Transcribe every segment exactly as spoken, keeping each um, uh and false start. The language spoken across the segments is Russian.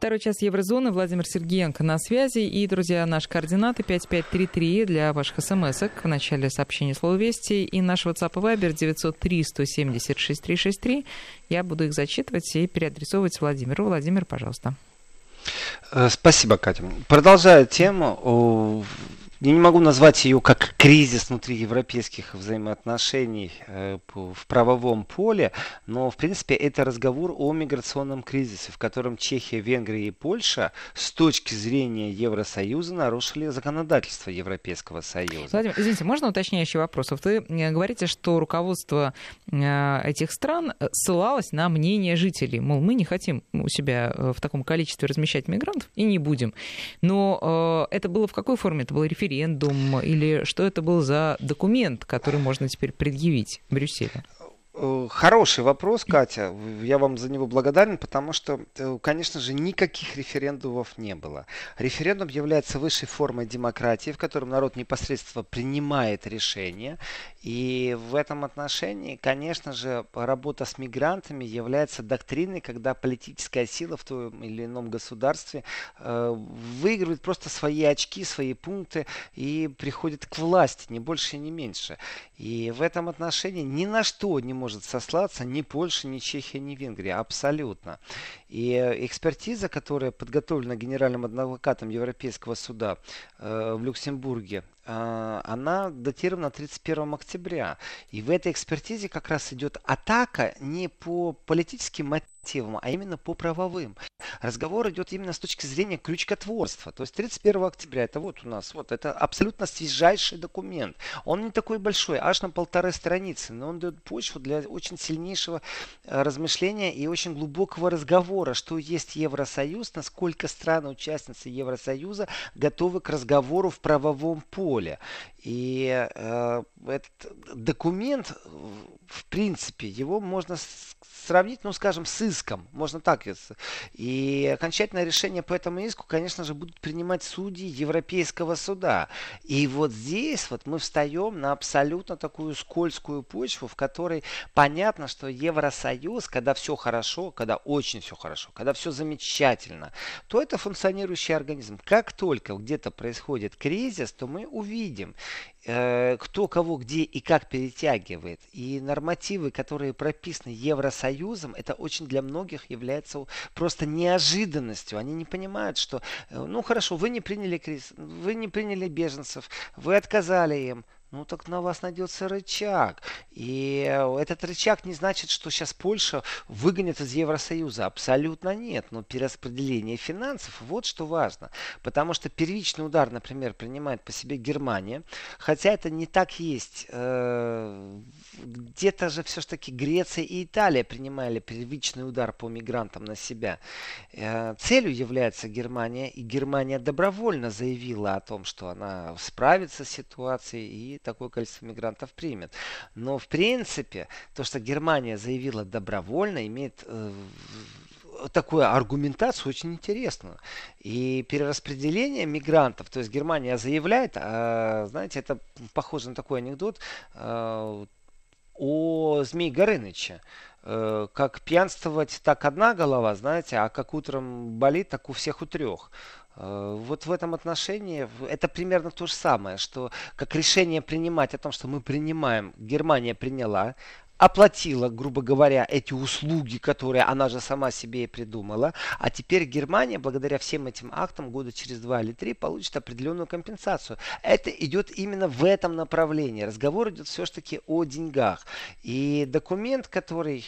Второй час Еврозоны. Владимир Сергеенко на связи. И, друзья, наши координаты пять пять три три для ваших смс-ок в начале сообщения слова «Вести». И наш WhatsApp и Viber девятьсот три сто семьдесят шесть триста шестьдесят три. Я буду их зачитывать и переадресовывать Владимиру. Владимир, пожалуйста. Спасибо, Катя. Продолжая тему, я не могу назвать ее как кризис внутри европейских взаимоотношений э, в правовом поле, но в принципе это разговор о миграционном кризисе, в котором Чехия, Венгрия и Польша с точки зрения Евросоюза нарушили законодательство Европейского Союза. Владимир, извините, можно уточняющий вопрос? Вы говорите, что руководство этих стран ссылалось на мнение жителей, мол, мы не хотим у себя в таком количестве размещать мигрантов и не будем. Но э, это было в какой форме? Это был референдум? Референдум или что это был за документ, который можно теперь предъявить Брюсселю? Хороший вопрос, Катя. Я вам за него благодарен, потому что, конечно же, никаких референдумов не было. Референдум является высшей формой демократии, в котором народ непосредственно принимает решения. И в этом отношении, конечно же, работа с мигрантами является доктриной, когда политическая сила в том или ином государстве э, выигрывает просто свои очки, свои пункты и приходит к власти, ни больше, ни меньше. И в этом отношении ни на что не может сослаться ни Польша, ни Чехия, ни Венгрия. Абсолютно. И экспертиза, которая подготовлена генеральным адвокатом Европейского суда э, в Люксембурге, э, она датирована тридцать первого октября. И в этой экспертизе как раз идет атака не по политическим мотивам, а именно по правовым. Разговор идет именно с точки зрения крючкотворства. То есть тридцать первого октября, это вот у нас, вот это абсолютно свежайший документ. Он не такой большой, аж на полторы страницы, но он дает почву для очень сильнейшего размышления и очень глубокого разговора, что есть Евросоюз, насколько страны-участницы Евросоюза готовы к разговору в правовом поле. И э, этот документ, в принципе, его можно сравнить, ну, скажем, с иском. Можно так. И окончательное решение по этому иску, конечно же, будут принимать судьи Европейского суда. И вот здесь вот мы встаем на абсолютно такую скользкую почву, в которой понятно, что Евросоюз, когда все хорошо, когда очень все хорошо, когда все замечательно, то это функционирующий организм. Как только где-то происходит кризис, то мы увидим, кто кого где и как перетягивает. И нормативы, которые прописаны Евросоюзом, это очень для многих является просто неожиданностью. Они не понимают, что, ну хорошо, вы не приняли кризис, вы не приняли беженцев, вы отказали им. Ну так на вас найдется рычаг. И этот рычаг не значит, что сейчас Польша выгонит из Евросоюза. Абсолютно нет. Но перераспределение финансов, вот что важно. Потому что первичный удар, например, принимает по себе Германия. Хотя это не так есть. Где-то же все-таки Греция и Италия принимали первичный удар по мигрантам на себя. Целью является Германия. И Германия добровольно заявила о том, что она справится с ситуацией и такое количество мигрантов примет. Но в принципе, то, что Германия заявила добровольно, имеет э, такую аргументацию очень интересную. И перераспределение мигрантов, то есть Германия заявляет, а, знаете, это похоже на такой анекдот а, о Змей Горыныче. Как пьянствовать, так одна голова, знаете, а как утром болит, так у всех у трех. Вот в этом отношении это примерно то же самое, что как решение принимать о том, что мы принимаем, Германия приняла, оплатила, грубо говоря, эти услуги, которые она же сама себе и придумала. А теперь Германия, благодаря всем этим актам, года через два или три, получит определенную компенсацию. Это идет именно в этом направлении. Разговор идет все-таки о деньгах. И документ, который,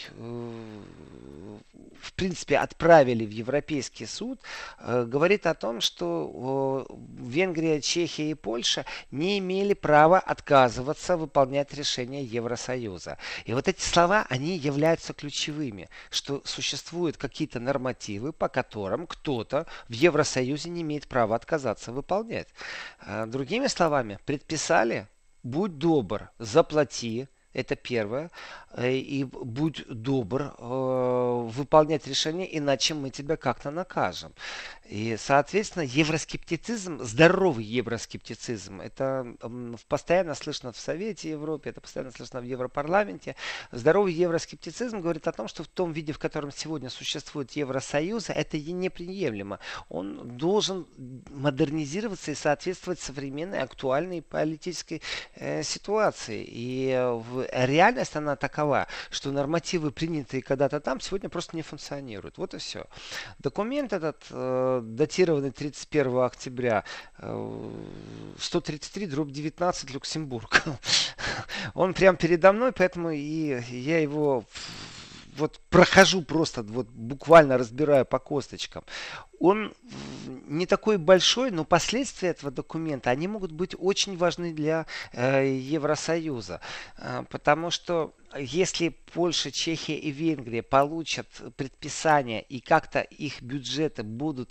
в принципе, отправили в Европейский суд, говорит о том, что Венгрия, Чехия и Польша не имели права отказываться выполнять решения Евросоюза. И вот эти слова, они являются ключевыми, что существуют какие-то нормативы, по которым кто-то в Евросоюзе не имеет права отказаться выполнять. Другими словами, предписали, будь добр, заплати. Это первое. И будь добр э, выполнять решение, иначе мы тебя как-то накажем. И, соответственно, евроскептицизм, здоровый евроскептицизм, это м, постоянно слышно в Совете Европы, это постоянно слышно в Европарламенте. Здоровый евроскептицизм говорит о том, что в том виде, в котором сегодня существует Евросоюз, это и неприемлемо. Он должен модернизироваться и соответствовать современной актуальной политической э, ситуации. И э, в- реальность она такова, что нормативы, принятые когда-то там, сегодня просто не функционируют. Вот и все. Документ этот, э, датированный тридцать первого октября, э, сто тридцать три дробь девятнадцать Люксембург. Он прям передо мной, поэтому и я его вот прохожу просто, вот буквально разбираю по косточкам. Он не такой большой, но последствия этого документа, они могут быть очень важны для э, Евросоюза. Э, потому что если Польша, Чехия и Венгрия получат предписания и как-то их бюджеты будут,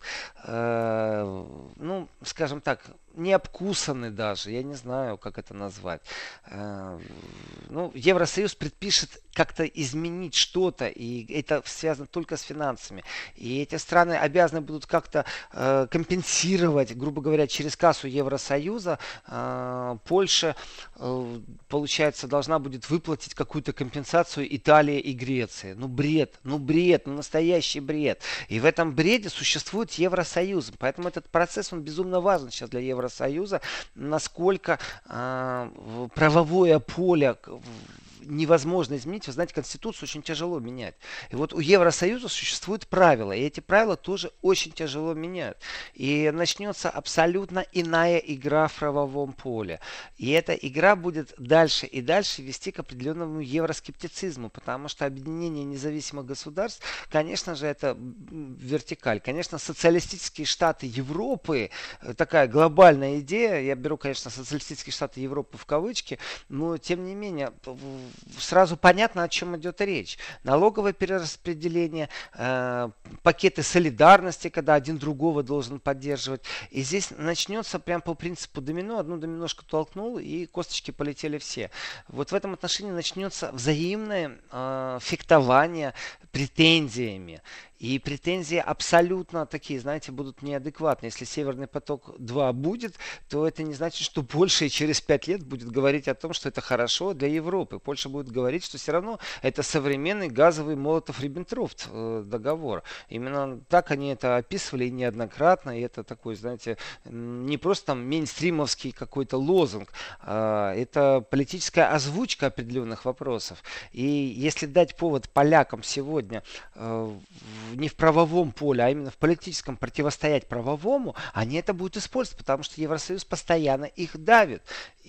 э, ну, скажем так, не обкусаны даже, я не знаю, как это назвать. Э, ну, Евросоюз предпишет как-то изменить что-то, и это связано только с финансами. И эти страны обязаны будут как-то э, компенсировать, грубо говоря, через кассу Евросоюза. Э, Польша, э, получается, должна будет выплатить какую-то компенсацию Италии и Греции. Ну бред, ну бред, ну настоящий бред. И в этом бреде существует Евросоюз. Поэтому этот процесс, он безумно важен сейчас для Евросоюза. Насколько э, правовое поле невозможно изменить. Вы знаете, Конституцию очень тяжело менять. И вот у Евросоюза существуют правила, и эти правила тоже очень тяжело меняют. И начнется абсолютно иная игра в правовом поле. И эта игра будет дальше и дальше вести к определенному евроскептицизму, потому что объединение независимых государств, конечно же, это вертикаль. Конечно, социалистические штаты Европы, такая глобальная идея, я беру, конечно, социалистические штаты Европы в кавычки, но тем не менее, сразу понятно, о чем идет речь. Налоговое перераспределение, э, пакеты солидарности, когда один другого должен поддерживать. И здесь начнется прям по принципу домино. Одну доминошку толкнул, и косточки полетели все. Вот в этом отношении начнется взаимное э, фехтование претензиями. И претензии абсолютно такие, знаете, будут неадекватные. Если Северный поток-два будет, то это не значит, что Польша и через пять лет будет говорить о том, что это хорошо для Европы. Польша будет говорить, что все равно это современный газовый Молотов-Риббентроп э, договор. Именно так они это описывали и неоднократно. И это такой, знаете, не просто там мейнстримовский какой-то лозунг, а это политическая озвучка определенных вопросов. И если дать повод полякам сегодня э, не в правовом поле, а именно в политическом противостоять правовому, они это будут использовать, потому что Евросоюз постоянно их давит.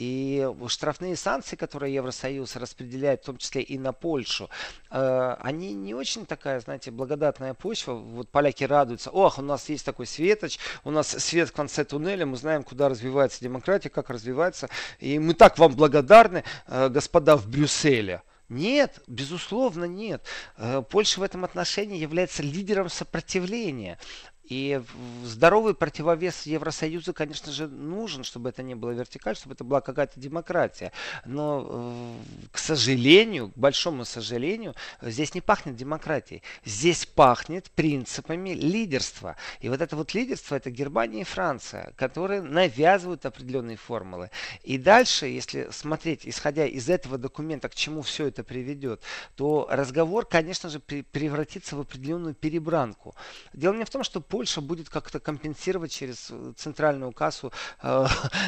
И штрафные санкции, которые Евросоюз распределяет, в том числе и на Польшу, э, они не очень такая, знаете, благодатная почва. Вот поляки радуются: ох, у нас есть такой светоч, у нас свет в конце туннеля, мы знаем, куда развивается демократия, как развивается, и мы так вам благодарны, э, господа в Брюсселе. Нет, безусловно, нет. Э, Польша в этом отношении является лидером сопротивления. И здоровый противовес Евросоюзу, конечно же, нужен, чтобы это не было вертикаль, чтобы это была какая-то демократия. Но, э, к сожалению, к большому сожалению, здесь не пахнет демократией. Здесь пахнет принципами лидерства. И вот это вот лидерство, это Германия и Франция, которые навязывают определенные формулы. И дальше, если смотреть, исходя из этого документа, к чему все это приведет, то разговор, конечно же, превратится в определенную перебранку. Дело не в том, что Польша будет как-то компенсировать через центральную кассу э,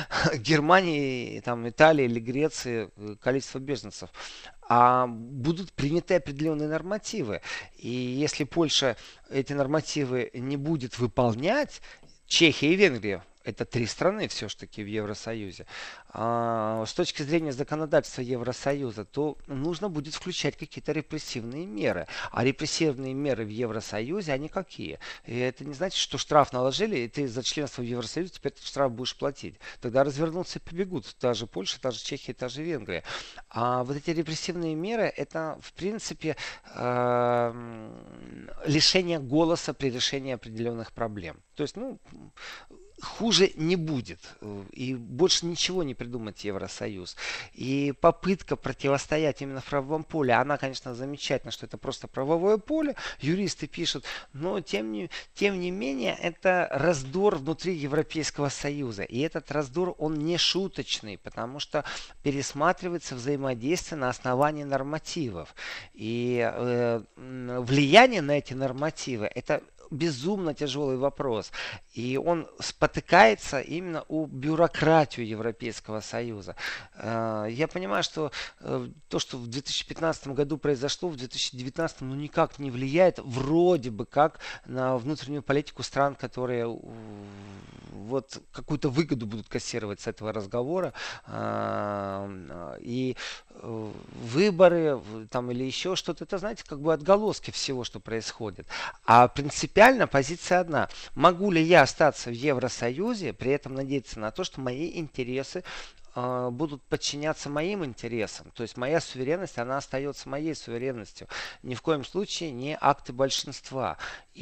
Германии, там, Италии или Греции количество беженцев. А будут приняты определенные нормативы. И если Польша эти нормативы не будет выполнять, Чехия и Венгрия, это три страны все-таки в Евросоюзе. А, с точки зрения законодательства Евросоюза, то нужно будет включать какие-то репрессивные меры. А репрессивные меры в Евросоюзе, они какие? И это не значит, что штраф наложили, и ты за членство в Евросоюзе теперь этот штраф будешь платить. Тогда развернутся и побегут. Та же Польша, та же Чехия, та же Венгрия. А вот эти репрессивные меры, это, в принципе, э, лишение голоса при решении определенных проблем. То есть, ну, хуже не будет. И больше ничего не придумает Евросоюз. И попытка противостоять именно в правовом поле, она, конечно, замечательна, что это просто правовое поле. Юристы пишут, но тем не, тем не менее это раздор внутри Европейского Союза. И этот раздор, он не шуточный, потому что пересматривается взаимодействие на основании нормативов. И э, влияние на эти нормативы, это безумно тяжелый вопрос. И он спотыкается именно о бюрократию Европейского Союза. Я понимаю, что то, что в две тысячи пятнадцатом году произошло, в две тысячи девятнадцатом, ну, никак не влияет вроде бы как на внутреннюю политику стран, которые вот какую-то выгоду будут кассировать с этого разговора. И выборы там или еще что-то, это, знаете, как бы отголоски всего, что происходит. А принципиально позиция одна. Могу ли я остаться в Евросоюзе, при этом надеяться на то, что мои интересы э, будут подчиняться моим интересам? То есть моя суверенность, она остается моей суверенностью. Ни в коем случае не акты большинства.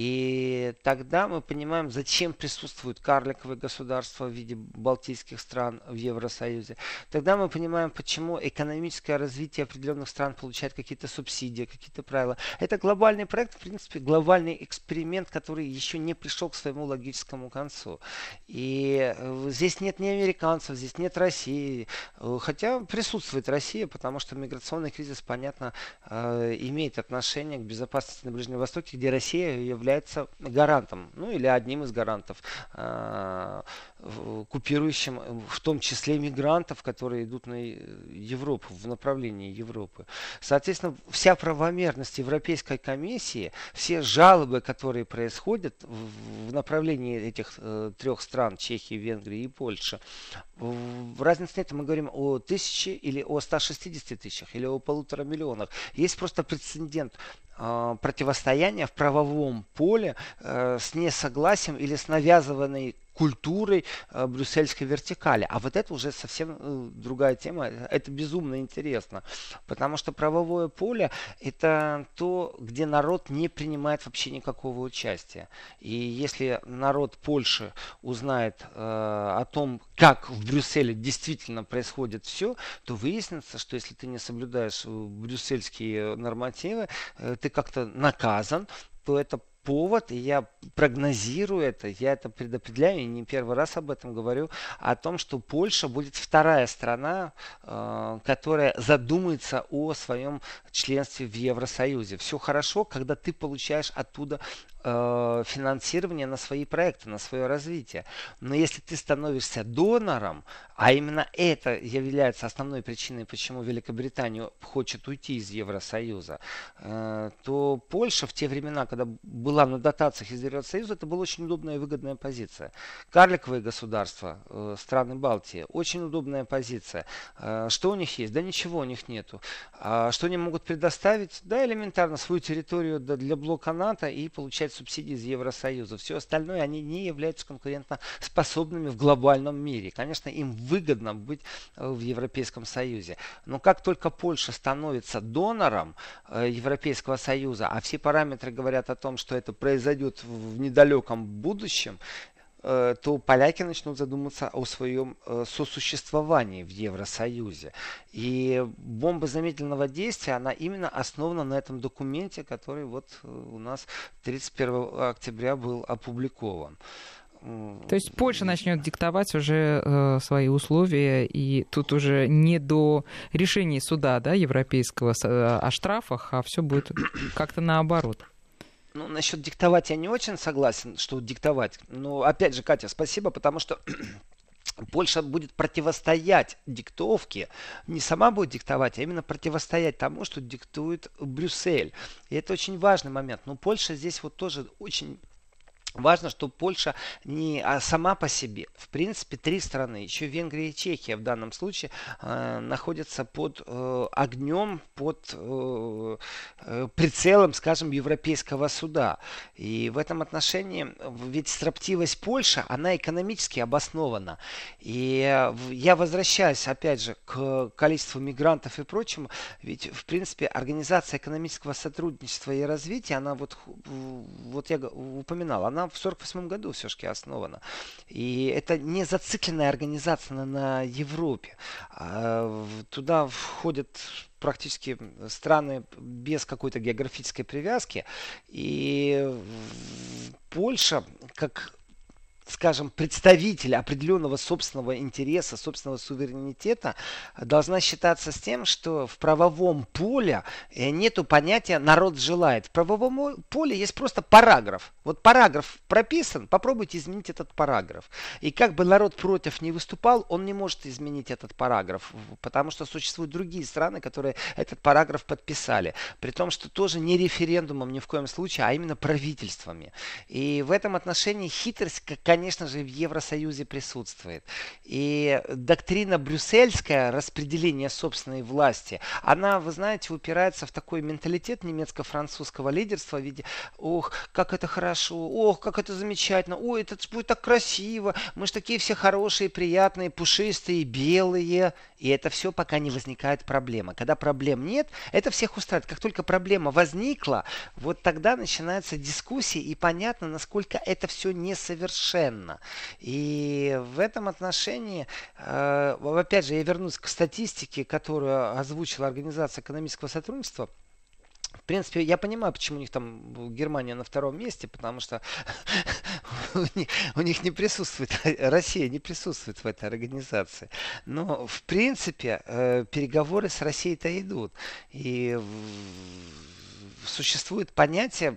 И тогда мы понимаем, зачем присутствуют карликовые государства в виде балтийских стран в Евросоюзе. Тогда мы понимаем, почему экономическое развитие определенных стран получает какие-то субсидии, какие-то правила. Это глобальный проект, в принципе, глобальный эксперимент, который еще не пришел к своему логическому концу. И здесь нет ни американцев, здесь нет России. Хотя присутствует Россия, потому что миграционный кризис, понятно, имеет отношение к безопасности на Ближнем Востоке, где Россия является является гарантом, ну или одним из гарантов, э, купирующим в том числе мигрантов, которые идут на Европу, в направлении Европы. Соответственно, вся правомерность Европейской комиссии, все жалобы, которые происходят в, в направлении этих э, трех стран, Чехии, Венгрии и Польши, в разнице нет, мы говорим о тысяче или о ста шестидесяти тысячах или о полутора миллионах. Есть просто прецедент э, противостояния в правовом поле э, с несогласием или с навязыванной культурой э, брюссельской вертикали. А вот это уже совсем э, другая тема. Это безумно интересно. Потому что правовое поле это то, где народ не принимает вообще никакого участия. И если народ Польши узнает э, о том, как в Брюсселе действительно происходит все, то выяснится, что если ты не соблюдаешь брюссельские нормативы, э, ты как-то наказан, то это повод, и я прогнозирую это, я это предопределяю, и не первый раз об этом говорю, о том, что Польша будет вторая страна, э, которая задумается о своем членстве в Евросоюзе. Все хорошо, когда ты получаешь оттуда э, финансирование на свои проекты, на свое развитие. Но если ты становишься донором, а именно это является основной причиной, почему Великобритания хочет уйти из Евросоюза, э, то Польша в те времена, когда был была на дотациях из Евросоюза, это была очень удобная и выгодная позиция. Карликовые государства, э, страны Балтии, очень удобная позиция. Э, что у них есть? Да ничего у них нету. А что они могут предоставить? Да, элементарно свою территорию для блока НАТО и получать субсидии из Евросоюза. Все остальное, они не являются конкурентоспособными в глобальном мире. Конечно, им выгодно быть в Европейском Союзе. Но как только Польша становится донором э, Европейского Союза, а все параметры говорят о том, что это произойдет в недалеком будущем, то поляки начнут задумываться о своем сосуществовании в Евросоюзе. И бомба замедленного действия, она именно основана на этом документе, который вот у нас тридцать первого октября был опубликован. То есть Польша начнет диктовать уже э, свои условия, и тут уже не до решений суда, да, европейского э, о штрафах, а все будет как-то наоборот. Ну, насчет диктовать я не очень согласен, что диктовать. Но, опять же, Катя, спасибо, потому что Польша будет противостоять диктовке, не сама будет диктовать, а именно противостоять тому, что диктует Брюссель. И это очень важный момент. Но Польша здесь вот тоже очень... Важно, что Польша не а сама по себе. В принципе, три страны, еще Венгрия и Чехия в данном случае, э, находятся под э, огнем, под э, прицелом, скажем, Европейского суда. И в этом отношении, ведь строптивость Польши, она экономически обоснована. И я возвращаюсь, опять же, к количеству мигрантов и прочему. Ведь, в принципе, Организация экономического сотрудничества и развития, она вот, вот я упоминал, она она в сорок восьмом году все-таки основана. И это не зацикленная организация на, на Европе. А, туда входят практически страны без какой-то географической привязки. И Польша, как, скажем, представитель определенного собственного интереса, собственного суверенитета, должна считаться с тем, что в правовом поле нету понятия «народ желает». В правовом поле есть просто параграф. Вот параграф прописан, попробуйте изменить этот параграф. И как бы народ против не выступал, он не может изменить этот параграф, потому что существуют другие страны, которые этот параграф подписали. При том, что тоже не референдумом ни в коем случае, а именно правительствами. И в этом отношении хитрость, конечно же, в Евросоюзе присутствует. И доктрина брюссельская, распределение собственной власти, она, вы знаете, упирается в такой менталитет немецко-французского лидерства в виде «Ох, как это хорошо! Ох, как это замечательно! Ой, это будет так красиво! Мы же такие все хорошие, приятные, пушистые, белые!» И это все, пока не возникает проблема. Когда проблем нет, это всех устраивает. Как только проблема возникла, вот тогда начинается дискуссия, и понятно, насколько это все несовершенно. И в этом отношении, э, опять же, я вернусь к статистике, которую озвучила Организация экономического сотрудничества. В принципе, я понимаю, почему у них там Германия на втором месте, потому что у них, у них не присутствует, Россия не присутствует в этой организации. Но, в принципе, э, переговоры с Россией-то идут. И в, существует понятие,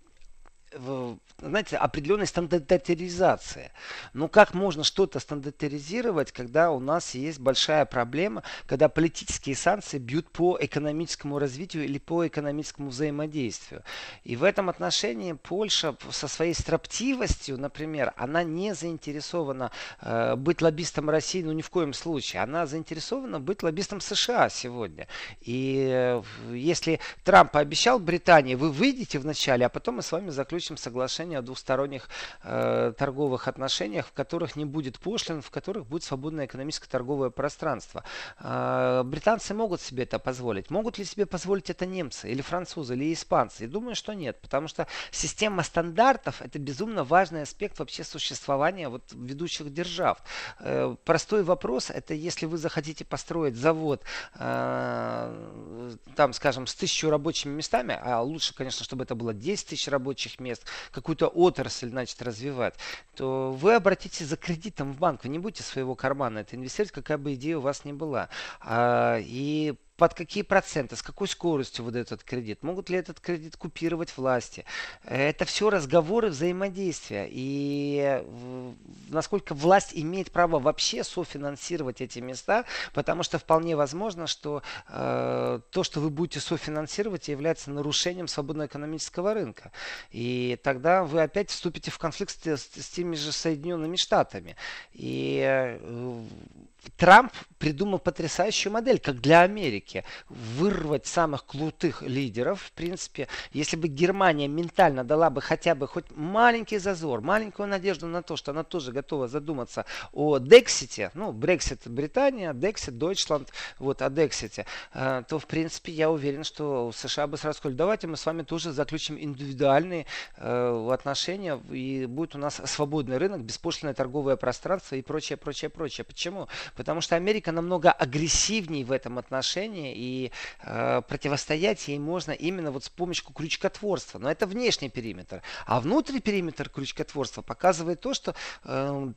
знаете, определенной стандартизации. Но как можно что-то стандартизировать, когда у нас есть большая проблема, когда политические санкции бьют по экономическому развитию или по экономическому взаимодействию? И в этом отношении Польша со своей строптивостью, например, она не заинтересована э, быть лоббистом России, ну ни в коем случае. Она заинтересована быть лоббистом США сегодня. И э, если Трамп пообещал Британии, вы выйдете вначале, а потом мы с вами заключим соглашение о двусторонних э, торговых отношениях, в которых не будет пошлин, в которых будет свободное экономическое торговое пространство. Э, британцы могут себе это позволить. Могут ли себе позволить это немцы, или французы, или испанцы? Я думаю, что нет, потому что система стандартов — это безумно важный аспект вообще существования вот ведущих держав. Э, простой вопрос — это если вы захотите построить завод, э, там, скажем, с тысячу рабочими местами, а лучше, конечно, чтобы это было десять тысяч рабочих мест, какую-то отрасль, значит, развивать, то вы обратитесь за кредитом в банк. Вы не будете своего кармана это инвестировать, какая бы идея у вас ни была. А, и под какие проценты, с какой скоростью выдают этот кредит, могут ли этот кредит купировать власти. Это все разговоры взаимодействия. И насколько власть имеет право вообще софинансировать эти места, потому что вполне возможно, что э, то, что вы будете софинансировать, является нарушением свободного экономического рынка. И тогда вы опять вступите в конфликт с, с, с теми же Соединенными Штатами. И э, Трамп придумал потрясающую модель, как для Америки, вырвать самых крутых лидеров. В принципе, если бы Германия ментально дала бы хотя бы хоть маленький зазор, маленькую надежду на то, что она тоже готова задуматься о Дексите, ну, Брексит Британия, Дексит Дойчланд, вот о Дексите, то, в принципе, я уверен, что США бы сразу сказали: давайте мы с вами тоже заключим индивидуальные э, отношения, и будет у нас свободный рынок, беспошлинное торговое пространство и прочее, прочее, прочее. Почему? Потому что Америка намного агрессивнее в этом отношении, и э, противостоять ей можно именно вот с помощью крючкотворства. Но это внешний периметр. А внутренний периметр крючкотворства показывает то, что э,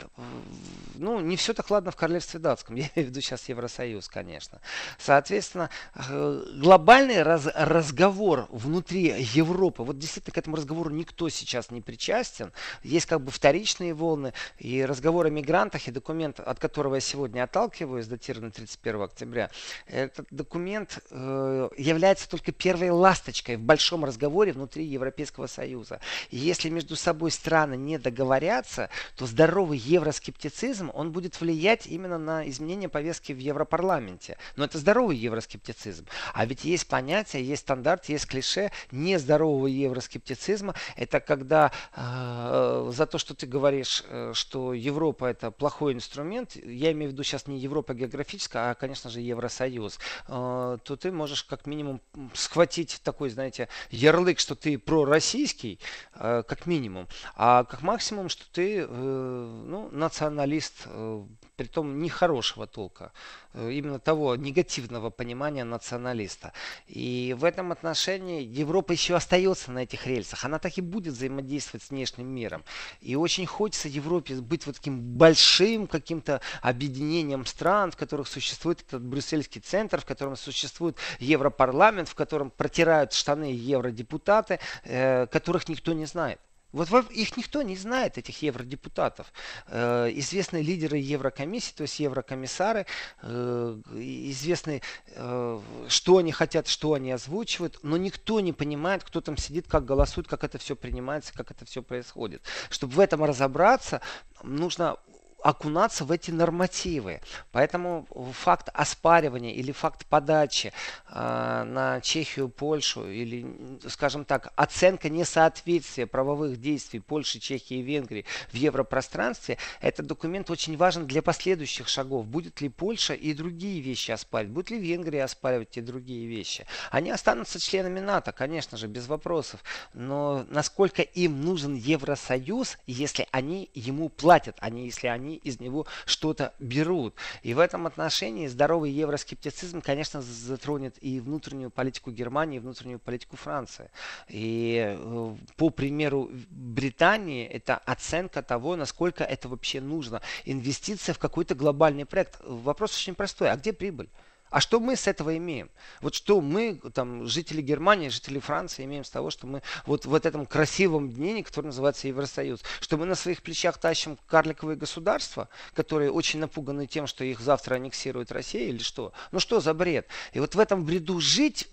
ну, не все так ладно в королевстве датском. Я имею в виду сейчас Евросоюз, конечно. Соответственно, э, глобальный раз, разговор внутри Европы, вот действительно к этому разговору никто сейчас не причастен. Есть как бы вторичные волны, и разговор о мигрантах, и документ, от которого я сегодня отталкиваюсь, датированный тридцать первого октября, этот документ э, является только первой ласточкой в большом разговоре внутри Европейского Союза. И если между собой страны не договорятся, то здоровый евроскептицизм, он будет влиять именно на изменение повестки в Европарламенте. Но это здоровый евроскептицизм. А ведь есть понятие, есть стандарт, есть клише нездорового евроскептицизма. Это когда э, за то, что ты говоришь, э, что Европа это плохой инструмент, я имею в виду сейчас не Европа географическая, а, конечно же, Евросоюз, э, то ты можешь как минимум схватить такой, знаете, ярлык, что ты пророссийский, э, как минимум, а как максимум, что ты, э, ну, националист, э, притом нехорошего толка, э, именно того негативного понимания националиста. И в этом отношении Европа еще остается на этих рельсах. Она так и будет взаимодействовать с внешним миром. И очень хочется Европе быть вот таким большим каким-то объединением стран, в которых существует этот брюссельский центр, в котором существует Европарламент, в котором протирают штаны евродепутаты, э, которых никто не знает. Вот их никто не знает, этих евродепутатов. Э, известные лидеры Еврокомиссии, то есть еврокомиссары, э, известны, э, что они хотят, что они озвучивают, но никто не понимает, кто там сидит, как голосует, как это все принимается, как это все происходит. Чтобы в этом разобраться, нужно окунаться в эти нормативы. Поэтому факт оспаривания или факт подачи э, на Чехию, Польшу, или, скажем так, оценка несоответствия правовых действий Польши, Чехии и Венгрии в европространстве, этот документ очень важен для последующих шагов. Будет ли Польша и другие вещи оспаривать? Будет ли Венгрия оспаривать и другие вещи? Они останутся членами НАТО, конечно же, без вопросов. Но насколько им нужен Евросоюз, если они ему платят, а не если они из него что-то берут. И в этом отношении здоровый евроскептицизм, конечно, затронет и внутреннюю политику Германии, и внутреннюю политику Франции. И э, по примеру Британии, это оценка того, насколько это вообще нужно. Инвестиция в какой-то глобальный проект. Вопрос очень простой. А где прибыль? А что мы с этого имеем? Вот что мы, там, жители Германии, жители Франции, имеем с того, что мы вот в этом красивом дне, который называется Евросоюз, что мы на своих плечах тащим карликовые государства, которые очень напуганы тем, что их завтра аннексирует Россия или что? Ну что за бред? И вот в этом бреду жить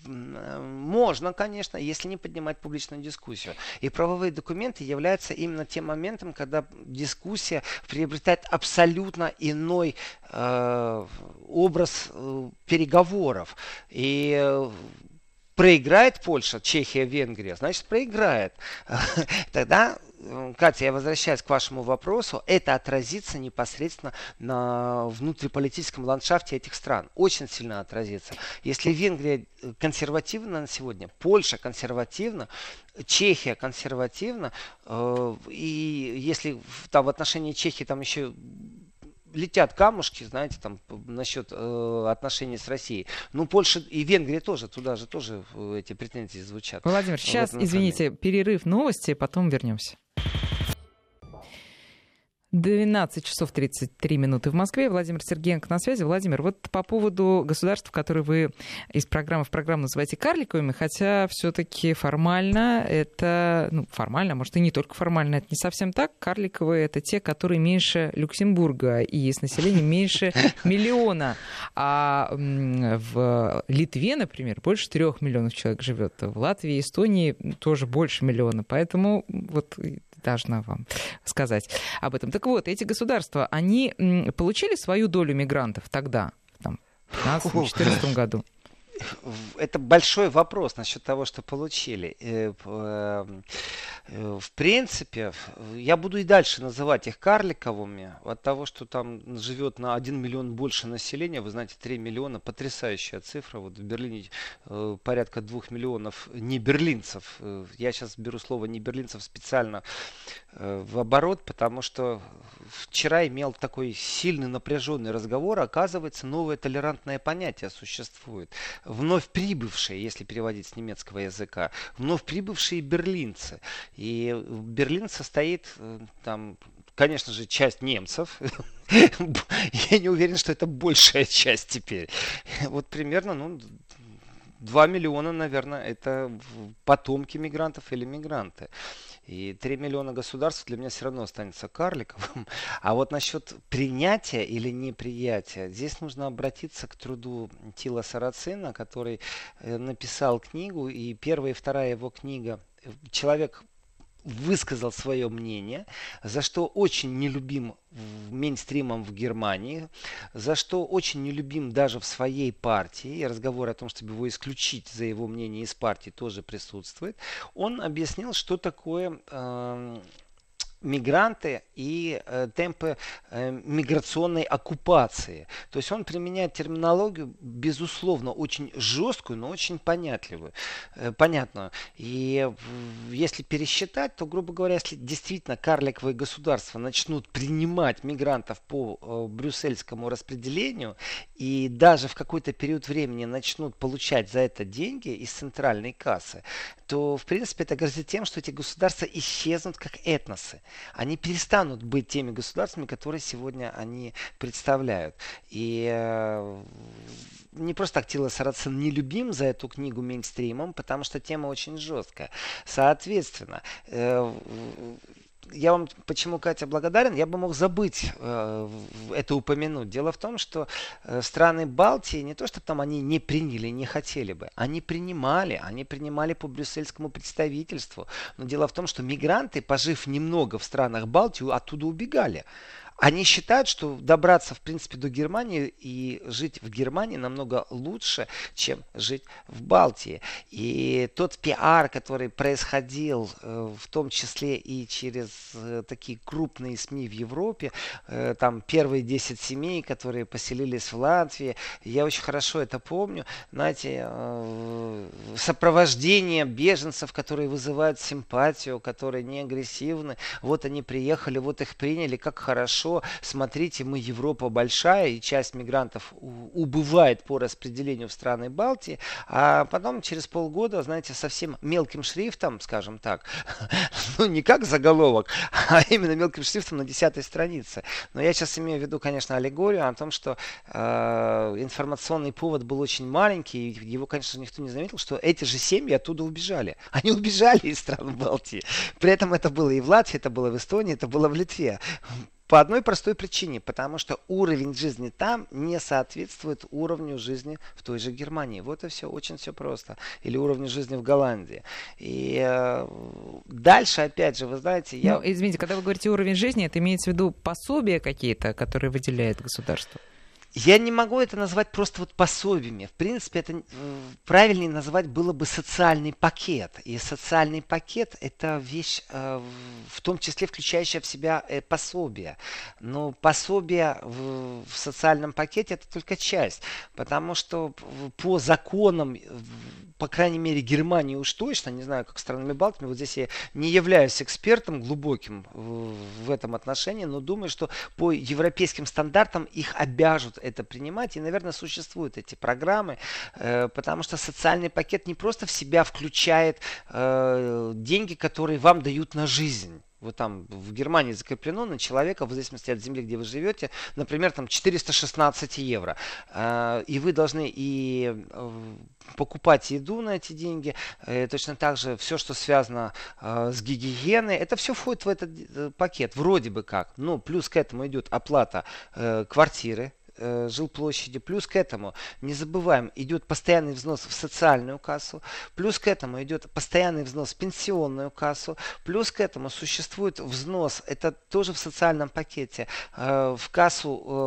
можно, конечно, если не поднимать публичную дискуссию. И правовые документы являются именно тем моментом, когда дискуссия приобретает абсолютно иной э, образ переговоров. И э, проиграет Польша, Чехия, Венгрия, значит проиграет. Тогда, Катя, я возвращаюсь к вашему вопросу, это отразится непосредственно на внутриполитическом ландшафте этих стран. Очень сильно отразится. Если Венгрия консервативна на сегодня, Польша консервативна, Чехия консервативна, э, и если там в отношении Чехии там еще летят камушки, знаете, там насчет э, отношений с Россией. Ну, Польша и Венгрия тоже, туда же тоже эти претензии звучат. Владимир, сейчас, извините, перерыв, новости, потом вернемся. двенадцать часов тридцать три минуты в Москве. Владимир Сергеенко на связи. Владимир, вот по поводу государств, которые вы из программы в программу называете карликовыми, хотя все-таки формально это, ну, формально, может, и не только формально, это не совсем так. Карликовые — это те, которые меньше Люксембурга и с населением меньше миллиона. А в Литве, например, больше трех миллионов человек живет. В Латвии и Эстонии тоже больше миллиона. Поэтому вот должна вам сказать об этом. Так вот, эти государства, они получили свою долю мигрантов тогда, там, в две тысячи пятнадцатом-четырнадцатом году? Это большой вопрос насчет того, что получили. В принципе, я буду и дальше называть их карликовыми. От того, что там живет на один миллион больше населения, вы знаете, три миллиона, потрясающая цифра. Вот в Берлине порядка двух миллионов не берлинцев. Я сейчас беру слово не берлинцев специально в оборот, потому что вчера имел такой сильный напряженный разговор. Оказывается, новое толерантное понятие существует. Вновь прибывшие, если переводить с немецкого языка, вновь прибывшие берлинцы. И Берлин состоит там, конечно же, часть немцев. Я не уверен, что это большая часть теперь. Вот примерно, ну, два миллиона, наверное, это потомки мигрантов или мигранты. И три миллиона государств для меня все равно останется карликовым. А вот насчет принятия или неприятия, здесь нужно обратиться к труду Тила Сарацина, который написал книгу, и первая и вторая его книга «Человек высказал свое мнение», за что очень нелюбим мейнстримом в Германии, за что очень нелюбим даже в своей партии, и разговор о том, чтобы его исключить за его мнение из партии, тоже присутствует. Он объяснил, что такое э, мигранты и э, темпы э, миграционной оккупации. То есть он применяет терминологию, безусловно, очень жесткую, но очень понятливую, э, понятную. И э, если пересчитать, то, грубо говоря, если действительно карликовые государства начнут принимать мигрантов по э, брюссельскому распределению и даже в какой-то период времени начнут получать за это деньги из центральной кассы, то, в принципе, это грозит тем, что эти государства исчезнут как этносы. Они перестанут быть теми государствами, которые сегодня они представляют. И э, не просто так Тило Сарацин не любим за эту книгу мейнстримом, потому что тема очень жесткая. Соответственно, э, я вам почему, Катя, благодарен. Я бы мог забыть э, это упомянуть. Дело в том, что э, страны Балтии не то, что там они не приняли, не хотели бы. Они принимали. Они принимали по брюссельскому представительству. Но дело в том, что мигранты, пожив немного в странах Балтии, оттуда убегали. Они считают, что добраться, в принципе, до Германии и жить в Германии намного лучше, чем жить в Балтии. И тот пиар, который происходил, э, в том числе и через э, такие крупные СМИ в Европе, э, там первые десять семей, которые поселились в Латвии, я очень хорошо это помню. Знаете, э, сопровождение беженцев, которые вызывают симпатию, которые не агрессивны. Вот они приехали, вот их приняли, как хорошо. Смотрите, мы Европа большая, и часть мигрантов убывает по распределению в страны Балтии, а потом через полгода, знаете, совсем мелким шрифтом, скажем так, ну не как заголовок, а именно мелким шрифтом на десятой странице. Но я сейчас имею в виду, конечно, аллегорию о том, что э, информационный повод был очень маленький, и его, конечно, никто не заметил, что эти же семьи оттуда убежали. Они убежали из стран Балтии. При этом это было и в Латвии, это было в Эстонии, это было в Литве. По одной простой причине, потому что уровень жизни там не соответствует уровню жизни в той же Германии. Вот и все, очень все просто. Или уровню жизни в Голландии. И э, дальше, опять же, вы знаете, я... Ну, извините, когда вы говорите уровень жизни, это имеется в виду пособия какие-то, которые выделяет государство? Я не могу это назвать просто вот пособиями. В принципе, это э, правильнее назвать было бы социальный пакет. И социальный пакет — это вещь, э, в том числе включающая в себя э, пособие. Но пособие в, в социальном пакете — это только часть. Потому что по законам, по крайней мере, Германии уж точно, не знаю, как странами Балтии, вот здесь я не являюсь экспертом глубоким в, в этом отношении, но думаю, что по европейским стандартам их обяжут это принимать. И, наверное, существуют эти программы, э, потому что социальный пакет не просто в себя включает э, деньги, которые вам дают на жизнь. Вот там в Германии закреплено на человека, в зависимости от земли, где вы живете, например, там четыреста шестнадцать евро. Э, и вы должны и э, покупать еду на эти деньги, э, точно так же все, что связано э, с гигиеной, это все входит в этот э, пакет, вроде бы как. Но плюс к этому идет оплата э, квартиры, жилплощади. Плюс к этому, не забываем, идет постоянный взнос в социальную кассу. Плюс к этому идет постоянный взнос в пенсионную кассу. Плюс к этому существует взнос, это тоже в социальном пакете, в кассу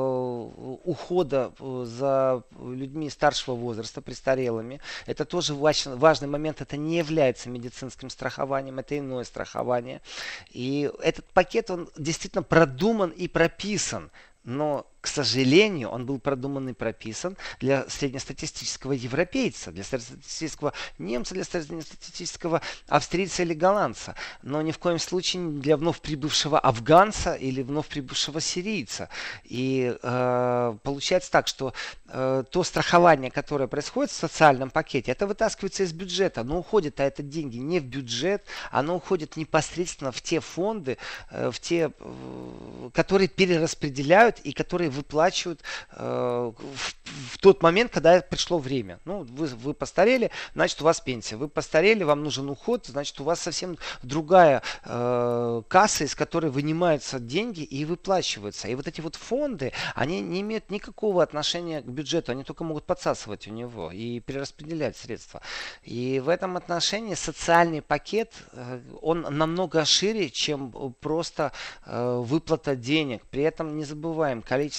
ухода за людьми старшего возраста, престарелыми. Это тоже важный момент. Это не является медицинским страхованием, это иное страхование. И этот пакет, он действительно продуман и прописан. Но, к сожалению, он был продуман и прописан для среднестатистического европейца, для среднестатистического немца, для среднестатистического австрийца или голландца. Но ни в коем случае не для вновь прибывшего афганца или вновь прибывшего сирийца. И э, получается так, что э, то страхование, которое происходит в социальном пакете, это вытаскивается из бюджета. Но уходит, а это деньги не в бюджет, оно уходит непосредственно в те фонды, э, в те, э, которые перераспределяют и которые выплачивают э, в, в тот момент, когда пришло время. Ну, вы, вы постарели, значит, у вас пенсия. Вы постарели, вам нужен уход, значит, у вас совсем другая э, касса, из которой вынимаются деньги и выплачиваются. И вот эти вот фонды, они не имеют никакого отношения к бюджету, они только могут подсасывать у него и перераспределять средства. И в этом отношении социальный пакет, э, он намного шире, чем просто э, выплата денег. При этом не забываем, количество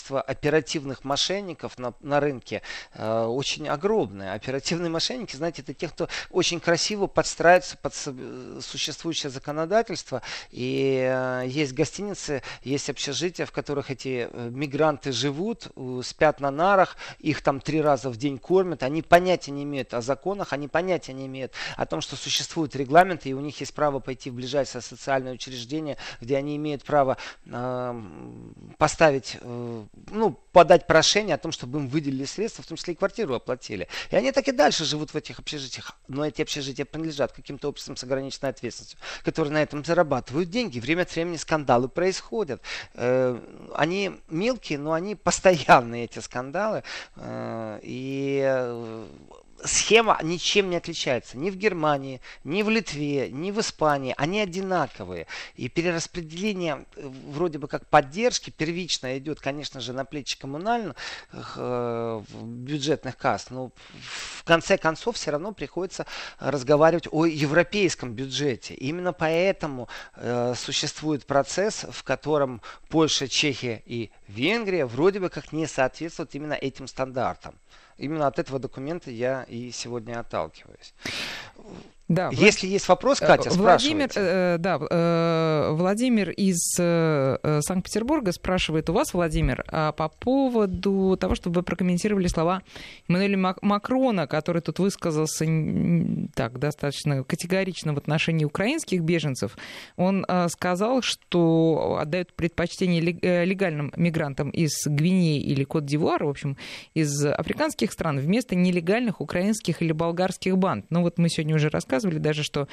количество оперативных мошенников на, на рынке э, очень огромное. Оперативные мошенники, знаете, это те, кто очень красиво подстраивается под существующее законодательство. И э, есть гостиницы, есть общежития, в которых эти мигранты живут, спят на нарах, их там три раза в день кормят. Они понятия не имеют о законах, они понятия не имеют о том, что существуют регламенты, и у них есть право пойти в ближайшее социальное учреждение, где они имеют право э, поставить, э, ну, подать прошение о том, чтобы им выделили средства, в том числе и квартиру оплатили. И они так и дальше живут в этих общежитиях. Но эти общежития принадлежат каким-то обществам с ограниченной ответственностью, которые на этом зарабатывают деньги. Время от времени скандалы происходят. Э, они мелкие, но они постоянные, эти скандалы. Э, и э, схема ничем не отличается. Ни в Германии, ни в Литве, ни в Испании. Они одинаковые. И перераспределение вроде бы как поддержки первично идет, конечно же, на плечи коммунальных э, бюджетных касс. Но в конце концов все равно приходится разговаривать о европейском бюджете. Именно поэтому э, существует процесс, в котором Польша, Чехия и Венгрия вроде бы как не соответствуют именно этим стандартам. Именно от этого документа я и сегодня отталкиваюсь. Да, Если Влад... есть вопрос, Катя, Владимир, спрашивайте. Э, да, э, Владимир из э, Санкт-Петербурга спрашивает у вас, Владимир, а по поводу того, чтобы вы прокомментировали слова Эммануэля Макрона, который тут высказался так достаточно категорично в отношении украинских беженцев. Он э, сказал, что отдает предпочтение легальным мигрантам из Гвинеи или Кот-д'Ивуара, в общем, из африканских стран, вместо нелегальных украинских или болгарских банд. Ну вот мы сегодня уже рассказывали, даже что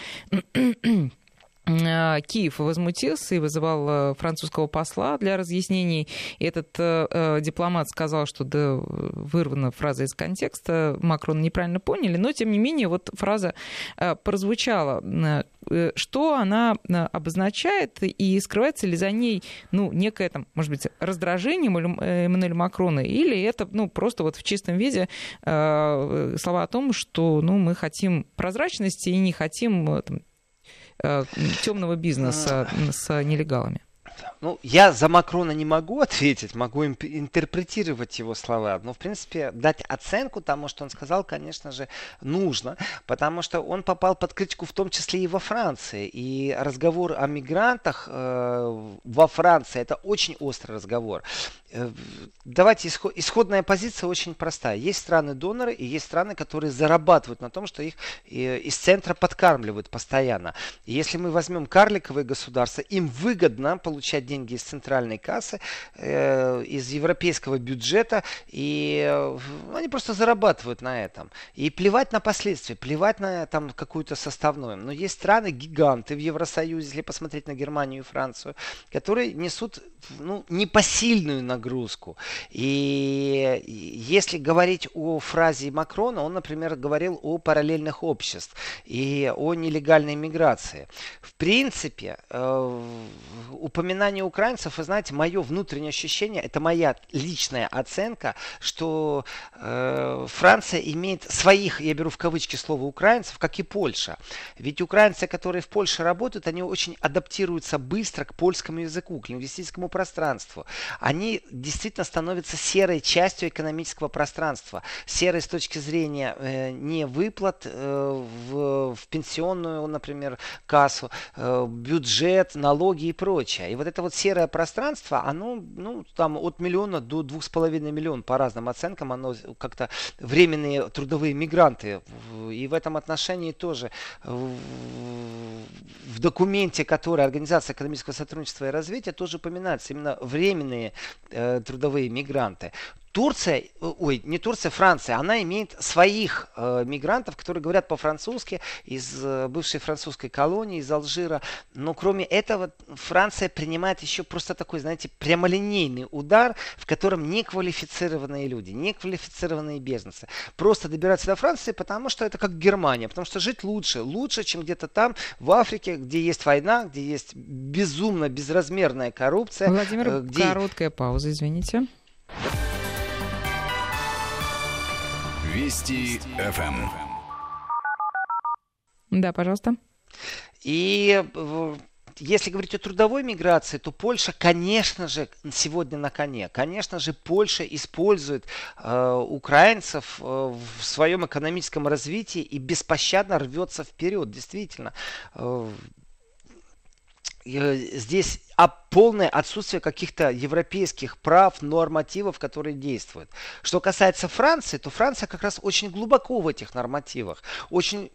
Киев возмутился и вызывал французского посла для разъяснений. И этот э, дипломат сказал, что да, вырвана фраза из контекста, Макрон неправильно поняли, но тем не менее вот фраза э, прозвучала. Что она обозначает и скрывается ли за ней, ну, некое там, может быть, раздражение Эммануэля Макрона, или это, ну, просто вот в чистом виде э, слова о том, что, ну, мы хотим прозрачности и не хотим там, темного бизнеса с нелегалами? Ну, я за Макрона не могу ответить, могу интерпретировать его слова, но, в принципе, дать оценку тому, что он сказал, конечно же, нужно, потому что он попал под критику в том числе и во Франции, и разговор о мигрантах э, во Франции, это очень острый разговор. Давайте, исход, исходная позиция очень простая. Есть страны-доноры и есть страны, которые зарабатывают на том, что их из центра подкармливают постоянно. И если мы возьмем карликовые государства, им выгодно получать деньги из центральной кассы, э, из европейского бюджета, и э, они просто зарабатывают на этом. И плевать на последствия, плевать на там какую-то составную. Но есть страны-гиганты в Евросоюзе, если посмотреть на Германию и Францию, которые несут, ну, непосильную нагрузку. Нагрузку. И если говорить о фразе Макрона, он, например, говорил о параллельных обществах и о нелегальной миграции. В принципе, э, упоминание украинцев, вы знаете, мое внутреннее ощущение, это моя личная оценка, что э, Франция имеет своих, я беру в кавычки слово украинцев, как и Польша. Ведь украинцы, которые в Польше работают, они очень адаптируются быстро к польскому языку, к лингвистическому пространству. Они действительно становится серой частью экономического пространства. Серой с точки зрения э, не выплат э, в, в пенсионную, например, кассу, э, бюджет, налоги и прочее. И вот это вот серое пространство, оно, ну, там от миллиона до двух с половиной миллионов, по разным оценкам, оно как-то временные трудовые мигранты. И в этом отношении тоже в, в документе, который Организация экономического сотрудничества и развития, тоже упоминается именно временные трудовые мигранты. Турция, ой, не Турция, Франция, она имеет своих э, мигрантов, которые говорят по-французски, из э, бывшей французской колонии, из Алжира. Но кроме этого, Франция принимает еще просто такой, знаете, прямолинейный удар, в котором неквалифицированные люди, неквалифицированные беженцы просто добираются до Франции, потому что это как Германия, потому что жить лучше, лучше, чем где-то там, в Африке, где есть война, где есть безумно безразмерная коррупция. Владимир, э, где... короткая пауза, извините. Вести эф эм. Да, пожалуйста. И если говорить о трудовой миграции, то Польша, конечно же, сегодня на коне. Конечно же, Польша использует э, украинцев э, в своем экономическом развитии и беспощадно рвется вперед. Действительно. Э, Здесь а полное отсутствие каких-то европейских прав, нормативов, которые действуют. Что касается Франции, то Франция как раз очень глубоко в этих нормативах. Очень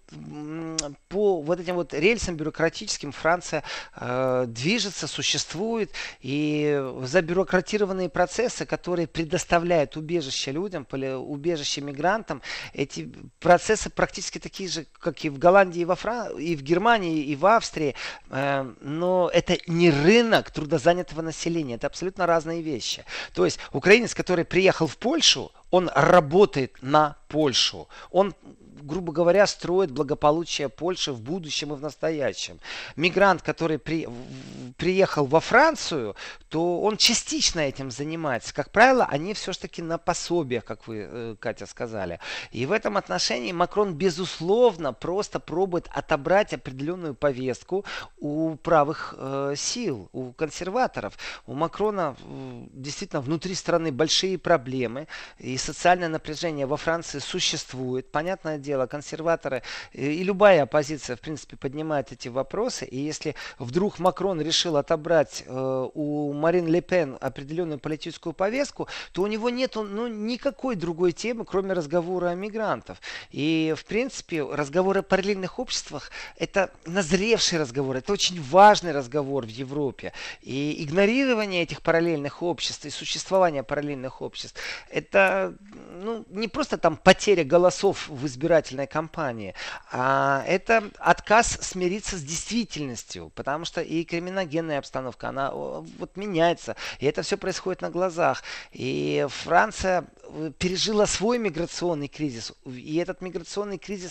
по вот этим вот рельсам бюрократическим Франция э, движется, существует. И забюрократированные процессы, которые предоставляют убежище людям, убежище мигрантам, эти процессы практически такие же, как и в Голландии, и, во Фран... и в Германии, и в Австрии. Э, но это не рынок трудозанятого населения. Это абсолютно разные вещи. То есть украинец, который приехал в Польшу, он работает на Польшу. Он, грубо говоря, строит благополучие Польши в будущем и в настоящем. Мигрант, который при, приехал во Францию, то он частично этим занимается. Как правило, они все-таки на пособиях, как вы, Катя, сказали. И в этом отношении Макрон, безусловно, просто пробует отобрать определенную повестку у правых э, сил, у консерваторов. У Макрона э, действительно внутри страны большие проблемы. И социальное напряжение во Франции существует. Понятное дело, консерваторы и любая оппозиция, в принципе, поднимает эти вопросы. И если вдруг Макрон решил отобрать э, у Марин Ле Пен определенную политическую повестку, то у него нет ну, никакой другой темы, кроме разговора о мигрантах. И, в принципе, разговор о параллельных обществах – это назревший разговор, это очень важный разговор в Европе. И игнорирование этих параллельных обществ и существование параллельных обществ – это ну, не просто там потеря голосов в избирательной кампании, а это отказ смириться с действительностью, потому что и криминогенная обстановка, она вот меняется, и это все происходит на глазах. И Франция пережила свой миграционный кризис, и этот миграционный кризис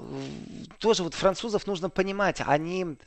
тоже вот французов нужно понимать, они...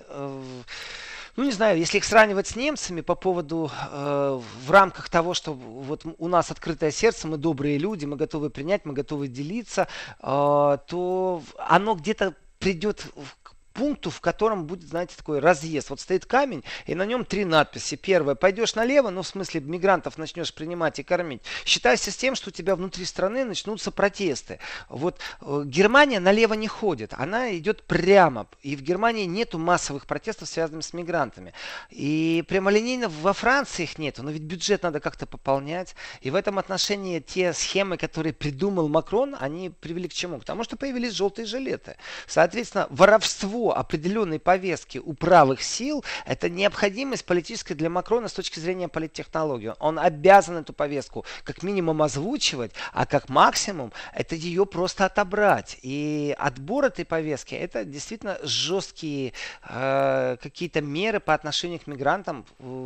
Ну, не знаю, если их сравнивать с немцами по поводу, э, в рамках того, что вот у нас открытое сердце, мы добрые люди, мы готовы принять, мы готовы делиться, э, то оно где-то придет к пункту, в котором будет, знаете, такой разъезд. Вот стоит камень, и на нем три надписи. Первая, пойдешь налево, ну, в смысле, мигрантов начнешь принимать и кормить. Считайся с тем, что у тебя внутри страны начнутся протесты. Вот э, Германия налево не ходит, она идет прямо. И в Германии нету массовых протестов, связанных с мигрантами. И прямолинейно во Франции их нету, но ведь бюджет надо как-то пополнять. И в этом отношении те схемы, которые придумал Макрон, они привели к чему? К тому, что появились желтые жилеты. Соответственно, воровство определенной повестки у правых сил – это необходимость политическая для Макрона с точки зрения политтехнологии. Он обязан эту повестку как минимум озвучивать, а как максимум это ее просто отобрать. И отбор этой повестки – это действительно жесткие э, какие-то меры по отношению к мигрантам.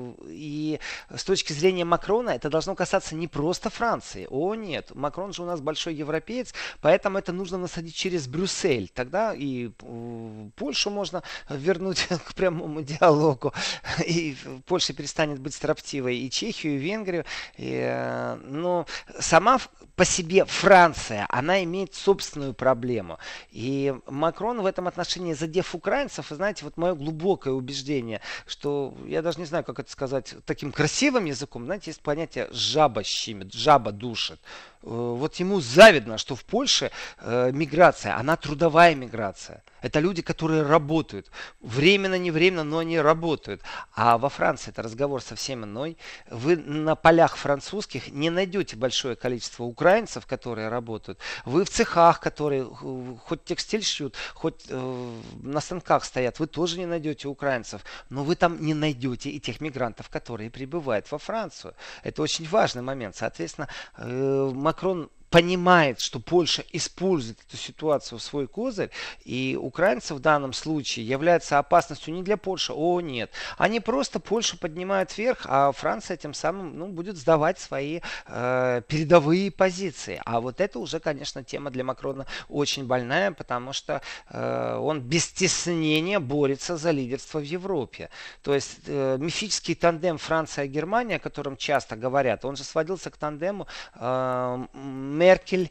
И с точки зрения Макрона это должно касаться не просто Франции. О нет, Макрон же у нас большой европеец, поэтому это нужно насадить через Брюссель. Тогда и Польша Польшу можно вернуть к прямому диалогу, и Польша перестанет быть строптивой, и Чехию, и Венгрию. И, но сама по себе Франция, она имеет собственную проблему. И Макрон в этом отношении, задев украинцев, вы знаете, вот мое глубокое убеждение, что, я даже не знаю, как это сказать таким красивым языком, знаете, есть понятие «жаба щемит», «жаба душит». Вот ему завидно, что в Польше э, миграция, она трудовая миграция. Это люди, которые работают. Временно, не временно, но они работают. А во Франции это разговор совсем иной. Вы на полях французских не найдете большое количество украинцев, которые работают. Вы в цехах, которые хоть текстиль шьют, хоть э, на станках стоят, вы тоже не найдете украинцев. Но вы там не найдете и тех мигрантов, которые прибывают во Францию. Это очень важный момент. Соответственно, э, Макрон понимает, что Польша использует эту ситуацию в свой козырь, и украинцы в данном случае являются опасностью не для Польши, о нет. Они просто Польшу поднимают вверх, а Франция тем самым ну, будет сдавать свои э, передовые позиции. А вот это уже, конечно, тема для Макрона очень больная, потому что э, он без стеснения борется за лидерство в Европе. То есть э, мифический тандем Франция-Германия, о котором часто говорят, он же сводился к тандему э, Меркель,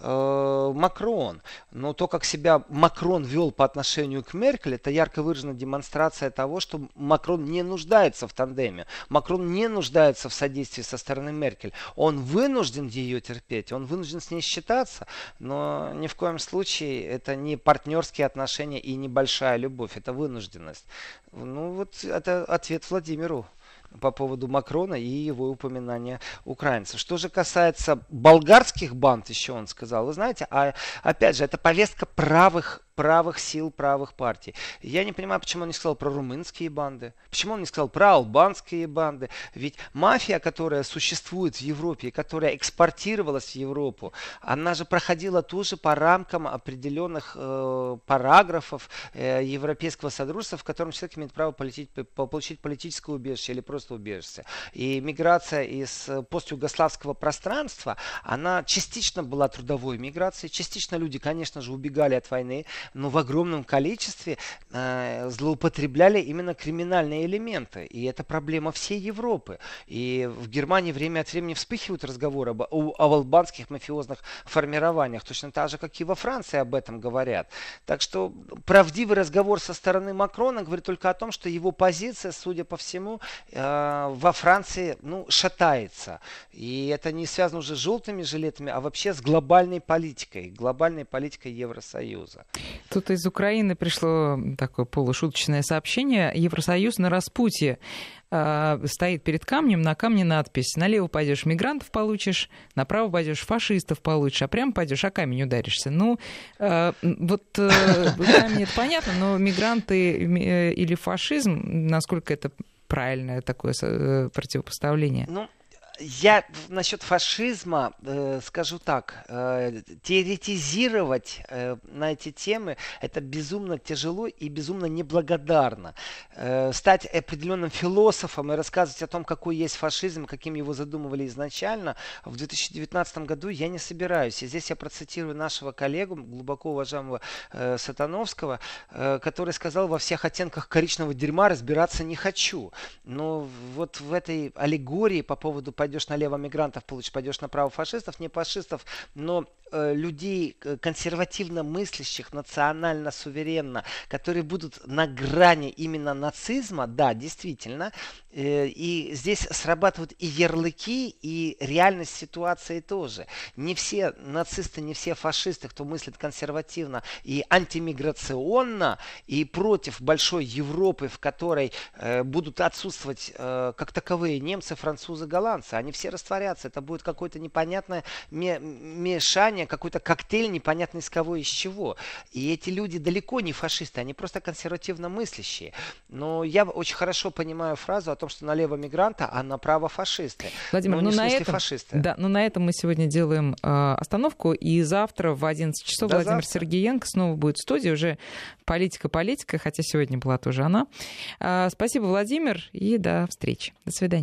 Макрон. Но то, как себя Макрон вел по отношению к Меркель, это ярко выраженная демонстрация того, что Макрон не нуждается в тандеме. Макрон не нуждается в содействии со стороны Меркель. Он вынужден ее терпеть, он вынужден с ней считаться, но ни в коем случае это не партнерские отношения и не большая любовь, это вынужденность. Ну вот это ответ Владимиру по поводу Макрона и его упоминания украинцев. Что же касается болгарских банд, еще он сказал, вы знаете, а опять же, это повестка правых правых сил, правых партий. Я не понимаю, почему он не сказал про румынские банды, почему он не сказал про албанские банды. Ведь мафия, которая существует в Европе и которая экспортировалась в Европу, она же проходила тоже по рамкам определенных э, параграфов э, Европейского Содружества, в котором человек имеет право полететь, получить политическое убежище или просто убежище. И миграция из постюгославского пространства, она частично была трудовой миграцией, частично люди, конечно же, убегали от войны, но в огромном количестве э, злоупотребляли именно криминальные элементы. И это проблема всей Европы. И в Германии время от времени вспыхивают разговоры об, о, об албанских мафиозных формированиях, точно так же, как и во Франции об этом говорят. Так что правдивый разговор со стороны Макрона говорит только о том, что его позиция, судя по всему, э, во Франции ну, шатается. И это не связано уже с желтыми жилетами, а вообще с глобальной политикой, глобальной политикой Евросоюза. Тут из Украины пришло такое полушуточное сообщение. Евросоюз на распутье. Э, стоит перед камнем, на камне надпись: налево пойдешь, мигрантов получишь, направо пойдешь, фашистов получишь, а прямо пойдешь, а камень ударишься. Ну, э, вот э, камень это понятно, но мигранты э, или фашизм, насколько это правильное такое э, противопоставление? Ну, я насчет фашизма э, скажу так, э, теоретизировать э, на эти темы это безумно тяжело и безумно неблагодарно. Э, стать определенным философом и рассказывать о том, какой есть фашизм, каким его задумывали изначально, в две тысячи девятнадцатом году я не собираюсь. И здесь я процитирую нашего коллегу, глубоко уважаемого э, Сатановского, э, который сказал: во всех оттенках коричневого дерьма разбираться не хочу. Но вот в этой аллегории по поводу пойдешь налево мигрантов, получишь, пойдешь направо фашистов, не фашистов, но э, людей консервативно мыслящих, национально суверенно, которые будут на грани именно нацизма, да, действительно, э, и здесь срабатывают и ярлыки, и реальность ситуации тоже. Не все нацисты, не все фашисты, кто мыслит консервативно и антимиграционно, и против большой Европы, в которой э, будут отсутствовать э, как таковые немцы, французы, голландцы. Они все растворятся. Это будет какое-то непонятное мешание, какой-то коктейль непонятно из кого и из чего. И эти люди далеко не фашисты, они просто консервативно мыслящие. Но я очень хорошо понимаю фразу о том, что налево мигранта, а направо фашисты. Владимир, но ну не в на смысле этом, фашисты. Да, но на этом мы сегодня делаем э, остановку. И завтра в одиннадцать часов До Владимир завтра. Сергеенко снова будет в студии. Уже политика-политика, хотя сегодня была тоже она. Э, спасибо, Владимир, и до встречи. До свидания.